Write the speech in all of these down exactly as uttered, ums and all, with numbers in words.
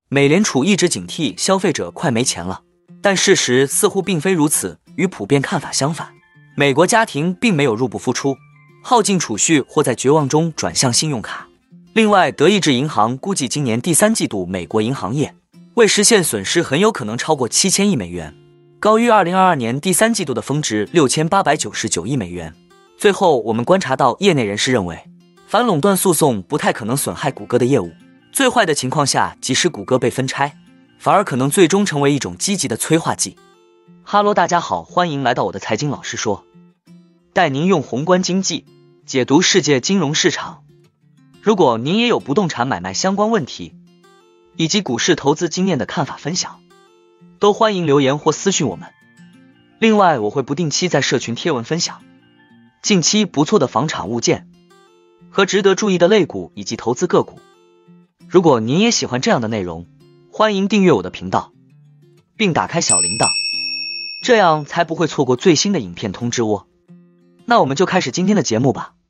美联储一直警惕消费者快没钱了，但事实似乎并非如此，与普遍看法相反，美国家庭并没有入不敷出，耗尽储蓄或在绝望中转向信用卡。另外，德意志银行估计今年第三季度美国银行业未实现损失很有可能超过七千亿美元，高于二零二二年第三季度的峰值六千八百九十九亿美元。最后，我们观察到业内人士认为，反垄断诉讼不太可能损害谷歌的业务，最坏的情况下，即使谷歌被分拆，反而可能最终成为一种积极的催化剂。哈喽，大家好，欢迎来到我的财经老师说，带您用宏观经济解读世界金融市场。如果您也有不动产买卖相关问题，以及股市投资经验的看法分享，都欢迎留言或私讯我们。另外，我会不定期在社群贴文分享近期不错的房产物件和值得注意的类股以及投资个股。如果您也喜欢这样的内容，欢迎订阅我的频道，并打开小铃铛，这样才不会错过最新的影片通知哦。那我们就开始今天的节目吧。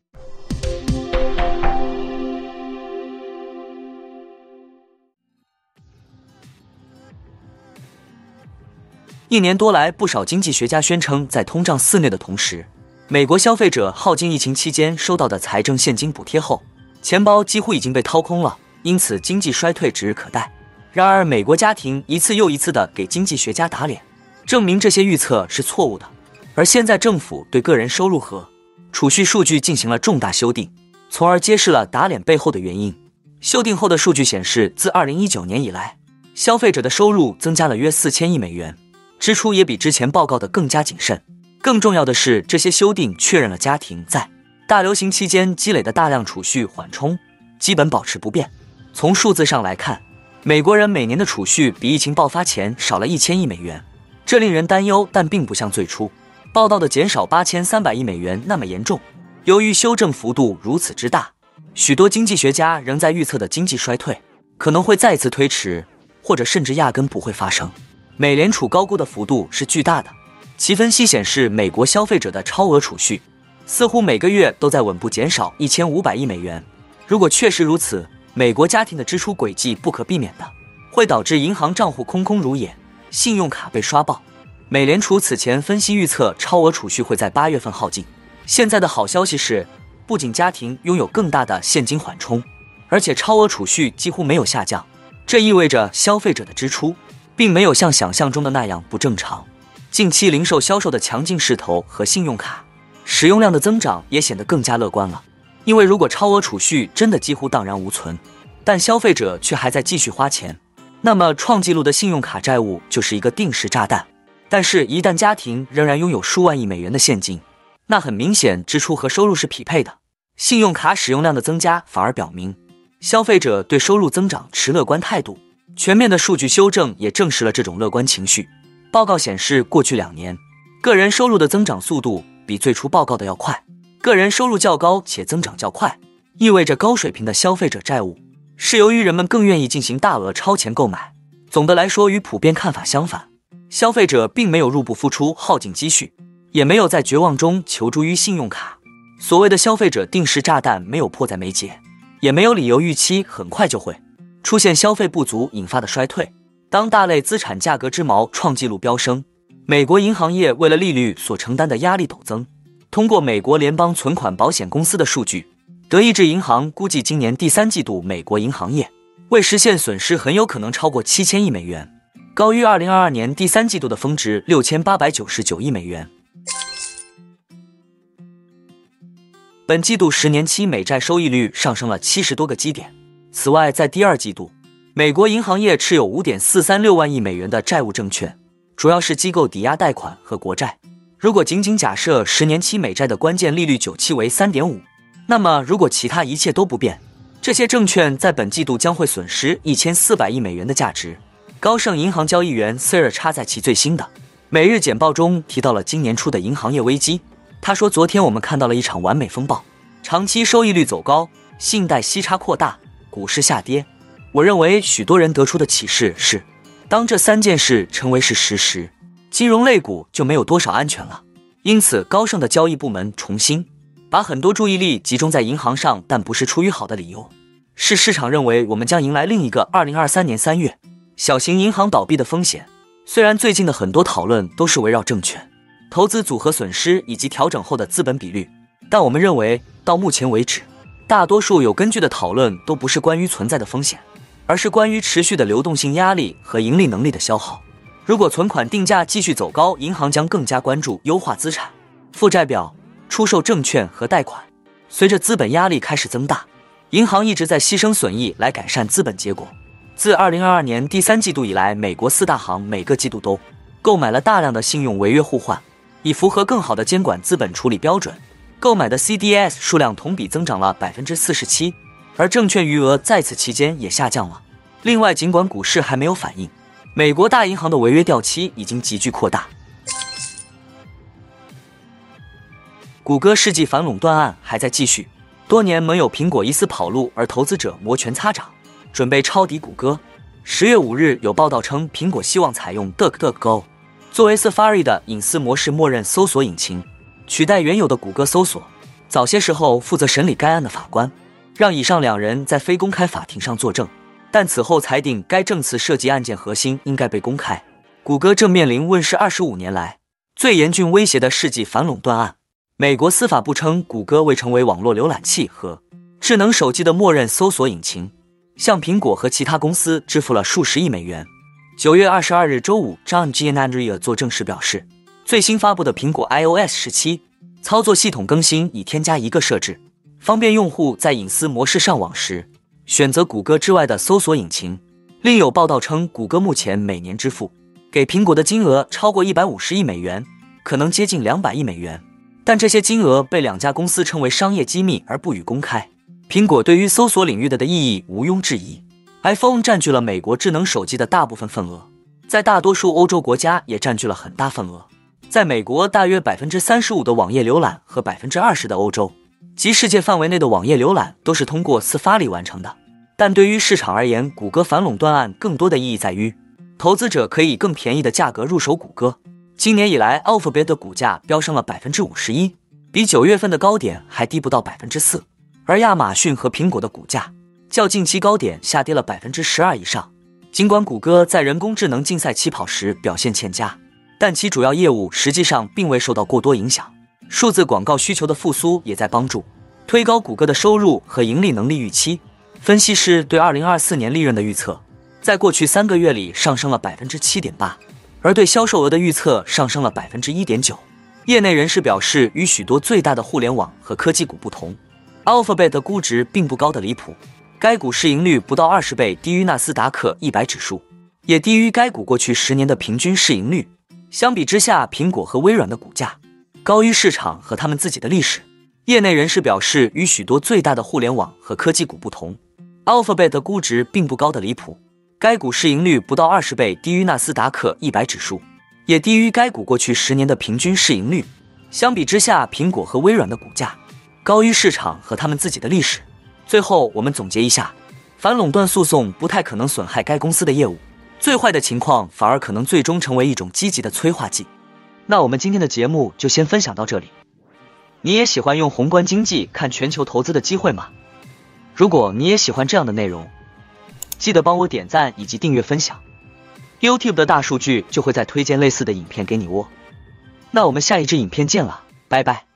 一年多来，不少经济学家宣称，在通胀肆虐的同时，美国消费者耗尽疫情期间收到的财政现金补贴后，钱包几乎已经被掏空了，因此经济衰退指日可待。然而，美国家庭一次又一次地给经济学家打脸，证明这些预测是错误的。而现在政府对个人收入和储蓄数据进行了重大修订，从而揭示了打脸背后的原因。修订后的数据显示，自二零一九年以来，消费者的收入增加了约四千亿美元，支出也比之前报告的更加谨慎。更重要的是，这些修订确认了家庭在大流行期间积累的大量储蓄缓冲基本保持不变。从数字上来看，美国人每年的储蓄比疫情爆发前少了一千亿美元，这令人担忧，但并不像最初报道的减少八千三百亿美元那么严重。由于修正幅度如此之大，许多经济学家仍在预测的经济衰退可能会再次推迟，或者甚至压根不会发生。美联储高估的幅度是巨大的，其分析显示，美国消费者的超额储蓄似乎每个月都在稳步减少一千五百亿美元。如果确实如此，美国家庭的支出轨迹不可避免的会导致银行账户空空如也，信用卡被刷爆。美联储此前分析预测超额储蓄会在八月份耗尽，现在的好消息是，不仅家庭拥有更大的现金缓冲，而且超额储蓄几乎没有下降，这意味着消费者的支出并没有像想象中的那样不正常。近期零售销售的强劲势头和信用卡使用量的增长也显得更加乐观了。因为如果超额储蓄真的几乎荡然无存，但消费者却还在继续花钱，那么创纪录的信用卡债务就是一个定时炸弹。但是，一旦家庭仍然拥有数万亿美元的现金，那很明显支出和收入是匹配的。信用卡使用量的增加反而表明，消费者对收入增长持乐观态度。全面的数据修正也证实了这种乐观情绪。报告显示，过去两年，个人收入的增长速度比最初报告的要快。个人收入较高且增长较快，意味着高水平的消费者债务是由于人们更愿意进行大额超前购买。总的来说，与普遍看法相反，消费者并没有入不敷出耗尽积蓄，也没有在绝望中求助于信用卡。所谓的消费者定时炸弹没有迫在眉睫，也没有理由预期很快就会出现消费不足引发的衰退。当大类资产价格之锚创纪录飙升，美国银行业为了利率所承担的压力陡增。通过美国联邦存款保险公司的数据，德意志银行估计今年第三季度美国银行业未实现损失很有可能超过七千亿美元，高于二零二二年第三季度的峰值六千八百九十九亿美元。本季度十年期美债收益率上升了七十多个基点。此外，在第二季度，美国银行业持有 五点四三六万亿美元的债务证券，主要是机构抵押贷款和国债。如果仅仅假设十年期美债的关键利率久期为 三点五， 那么如果其他一切都不变，这些证券在本季度将会损失一千四百亿美元的价值。高盛银行交易员 Sarah 插在其最新的每日简报中提到了今年初的银行业危机。他说，昨天我们看到了一场完美风暴，长期收益率走高，信贷息差扩大，股市下跌。我认为许多人得出的启示是，当这三件事成为是事实，金融类股就没有多少安全了。因此，高盛的交易部门重新把很多注意力集中在银行上，但不是出于好的理由，是市场认为我们将迎来另一个二零二三年三月小型银行倒闭的风险。虽然最近的很多讨论都是围绕证券、投资组合损失以及调整后的资本比率，但我们认为到目前为止，大多数有根据的讨论都不是关于存在的风险，而是关于持续的流动性压力和盈利能力的消耗。如果存款定价继续走高，银行将更加关注优化资产、负债表、出售证券和贷款。随着资本压力开始增大，银行一直在牺牲损益来改善资本结果。自二零二二年第三季度以来，美国四大行每个季度都购买了大量的信用违约互换，以符合更好的监管资本处理标准。购买的 C D S 数量同比增长了 百分之四十七， 而证券余额在此期间也下降了。另外，尽管股市还没有反应，美国大银行的违约掉期已经急剧扩大。谷歌世纪反垄断案还在继续，多年盟友苹果疑似跑路，而投资者摩拳擦掌，准备抄底谷歌。十月五日有报道称，苹果希望采用 DuckDuckGo 作为 Safari 的隐私模式默认搜索引擎，取代原有的谷歌搜索。早些时候，负责审理该案的法官让以上两人在非公开法庭上作证，但此后裁定该证词涉及案件核心应该被公开。谷歌正面临问世二十五年来最严峻威胁的世纪反垄断案。美国司法部称，谷歌未成为网络浏览器和智能手机的默认搜索引擎，向苹果和其他公司支付了数十亿美元。九月二十二日周五 ，John Giannandrea 作证时表示，最新发布的苹果 i O S 十七 操作系统更新已添加一个设置，方便用户在隐私模式上网时选择谷歌之外的搜索引擎。另有报道称，谷歌目前每年支付给苹果的金额超过一百五十亿美元，可能接近两百亿美元，但这些金额被两家公司称为商业机密而不予公开。苹果对于搜索领域的的意义毋庸置疑， iPhone 占据了美国智能手机的大部分份额，在大多数欧洲国家也占据了很大份额。在美国，大约 百分之三十五 的网页浏览和 百分之二十 的欧洲及世界范围内的网页浏览都是通过 Safari 完成的。但对于市场而言，谷歌反垄断案更多的意义在于，投资者可以以更便宜的价格入手谷歌。今年以来 Alphabet 的股价飙升了 百分之五十一， 比九月份的高点还低不到 百分之四， 而亚马逊和苹果的股价较近期高点下跌了 百分之十二 以上。尽管谷歌在人工智能竞赛起跑时表现欠佳，但其主要业务实际上并未受到过多影响。数字广告需求的复苏也在帮助推高谷歌的收入和盈利能力预期。分析师对二零二四年利润的预测在过去三个月里上升了 百分之七点八， 而对销售额的预测上升了 百分之一点九。 业内人士表示，与许多最大的互联网和科技股不同， Alphabet 的估值并不高的离谱，该股市盈率不到二十倍，低于纳斯达克一百指数，也低于该股过去十年的平均市盈率。相比之下，苹果和微软的股价高于市场和他们自己的历史。业内人士表示，与许多最大的互联网和科技股不同， Alphabet 的估值并不高的离谱，该股市盈率不到二十倍，低于纳斯达克一百指数，也低于该股过去十年的平均市盈率。相比之下，苹果和微软的股价高于市场和他们自己的历史。最后，我们总结一下，反垄断诉讼不太可能损害该公司的业务，最坏的情况反而可能最终成为一种积极的催化剂。那我们今天的节目就先分享到这里。你也喜欢用宏观经济看全球投资的机会吗？如果你也喜欢这样的内容，记得帮我点赞以及订阅分享， YouTube 的大数据就会再推荐类似的影片给你哦。那我们下一支影片见了，拜拜。